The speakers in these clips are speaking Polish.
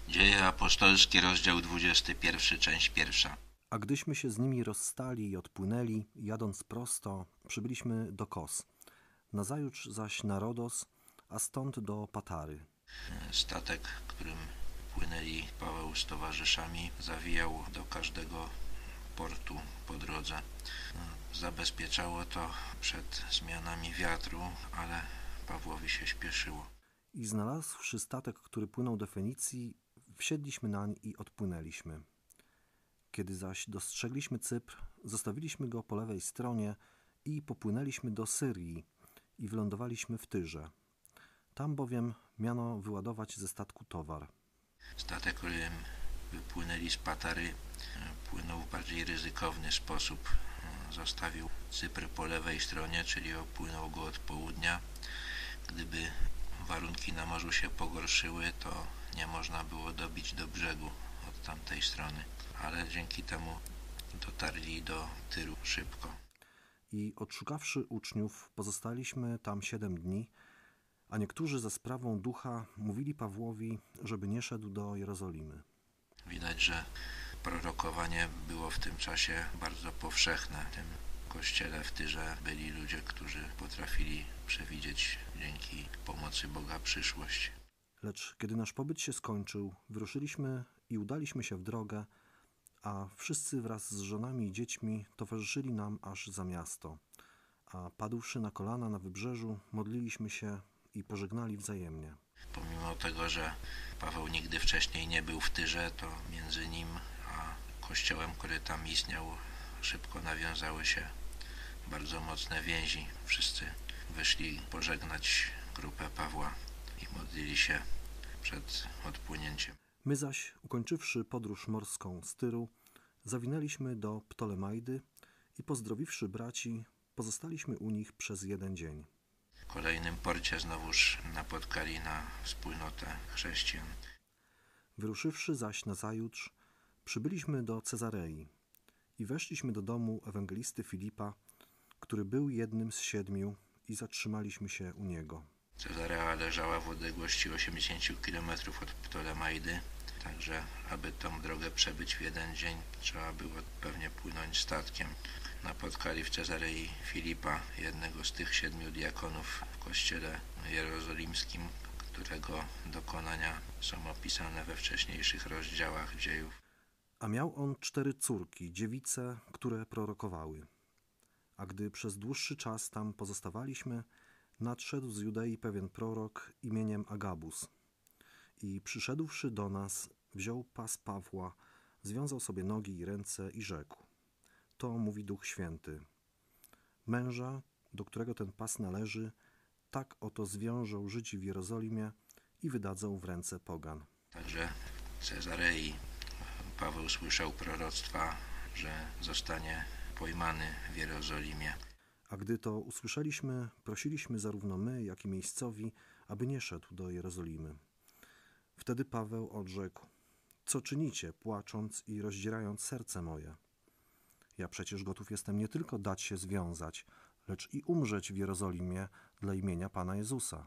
Dzieje apostolskie, rozdział 21, część pierwsza. A gdyśmy się z nimi rozstali i odpłynęli, jadąc prosto, przybyliśmy do Kos, nazajutrz zaś na Rodos, a stąd do Patary. Statek, którym płynęli Paweł z towarzyszami, zawijał do każdego portu po drodze. Zabezpieczało to przed zmianami wiatru, ale Pawłowi się śpieszyło. I znalazłszy statek, który płynął do Fenicji, wsiedliśmy nań i odpłynęliśmy. Kiedy zaś dostrzegliśmy Cypr, zostawiliśmy go po lewej stronie i popłynęliśmy do Syrii i wylądowaliśmy w Tyrze. Tam bowiem miano wyładować ze statku towar. Statek, którym wypłynęli z Patary, płynął w bardziej ryzykowny sposób. Zostawił Cypr po lewej stronie, czyli opłynął go od południa. Gdyby warunki na morzu się pogorszyły, to nie można było dobić do brzegu od tamtej strony, ale dzięki temu dotarli do Tyru szybko. I odszukawszy uczniów, pozostaliśmy tam 7 dni, a niektórzy za sprawą ducha mówili Pawłowi, żeby nie szedł do Jerozolimy. Widać, że prorokowanie było w tym czasie bardzo powszechne. W tym kościele w Tyrze byli ludzie, którzy potrafili przewidzieć dzięki pomocy Boga przyszłość. Lecz kiedy nasz pobyt się skończył, wyruszyliśmy i udaliśmy się w drogę, a wszyscy wraz z żonami i dziećmi towarzyszyli nam aż za miasto. A padłszy na kolana na wybrzeżu, modliliśmy się i pożegnali wzajemnie. Pomimo tego, że Paweł nigdy wcześniej nie był w Tyrze, to między nim a kościołem, który tam istniał, szybko nawiązały się bardzo mocne więzi. Wszyscy wyszli pożegnać grupę Pawła i modlili się przed odpłynięciem. My zaś, ukończywszy podróż morską z Tyru, zawinęliśmy do Ptolemaidy i pozdrowiwszy braci, pozostaliśmy u nich przez 1 dzień. W kolejnym porcie znowuż napotkali na wspólnotę chrześcijan. Wyruszywszy zaś nazajutrz, przybyliśmy do Cezarei i weszliśmy do domu ewangelisty Filipa, który był jednym z 7 i zatrzymaliśmy się u niego. Cezarea leżała w odległości 80 km od Ptolemaidy, także aby tą drogę przebyć w 1 dzień, trzeba było pewnie płynąć statkiem. Napotkali w Cezarei Filipa, jednego z tych 7 diakonów w kościele jerozolimskim, którego dokonania są opisane we wcześniejszych rozdziałach dziejów. A miał on 4 córki, dziewice, które prorokowały. A gdy przez dłuższy czas tam pozostawaliśmy, nadszedł z Judei pewien prorok imieniem Agabus. I przyszedłszy do nas, wziął pas Pawła, związał sobie nogi i ręce i rzekł: To mówi Duch Święty. Męża, do którego ten pas należy, tak oto zwiążą Żydzi w Jerozolimie i wydadzą w ręce pogan. Także w Cezarei Paweł słyszał proroctwa, że zostanie pojmany w Jerozolimie. A gdy to usłyszeliśmy, prosiliśmy zarówno my, jak i miejscowi, aby nie szedł do Jerozolimy. Wtedy Paweł odrzekł: Co czynicie, płacząc i rozdzierając serce moje? Ja przecież gotów jestem nie tylko dać się związać, lecz i umrzeć w Jerozolimie dla imienia Pana Jezusa.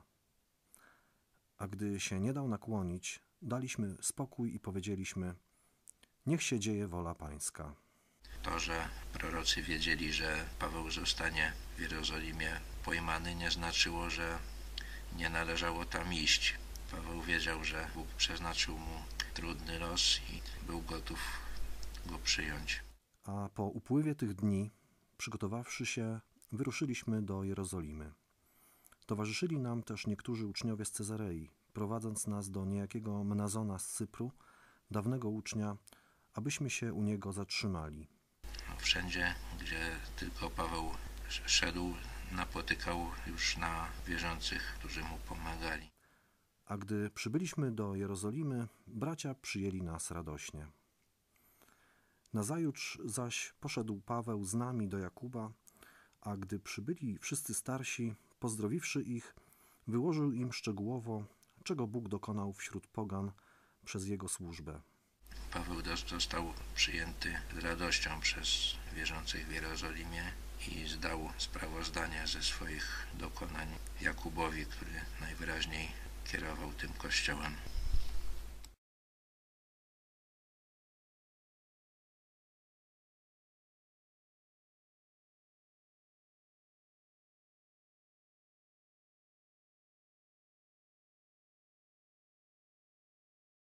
A gdy się nie dał nakłonić, daliśmy spokój i powiedzieliśmy: Niech się dzieje wola Pańska. To, że prorocy wiedzieli, że Paweł zostanie w Jerozolimie pojmany, nie znaczyło, że nie należało tam iść. Paweł wiedział, że Bóg przeznaczył mu trudny los i był gotów go przyjąć. A po upływie tych dni, przygotowawszy się, wyruszyliśmy do Jerozolimy. Towarzyszyli nam też niektórzy uczniowie z Cezarei, prowadząc nas do niejakiego Mnazona z Cypru, dawnego ucznia, abyśmy się u niego zatrzymali. Wszędzie, gdzie tylko Paweł szedł, napotykał już na wierzących, którzy mu pomagali. A gdy przybyliśmy do Jerozolimy, bracia przyjęli nas radośnie. Nazajutrz zaś poszedł Paweł z nami do Jakuba, a gdy przybyli wszyscy starsi, pozdrowiwszy ich, wyłożył im szczegółowo, czego Bóg dokonał wśród pogan przez jego służbę. Paweł został przyjęty z radością przez wierzących w Jerozolimie i zdał sprawozdanie ze swoich dokonań Jakubowi, który najwyraźniej kierował tym kościołem.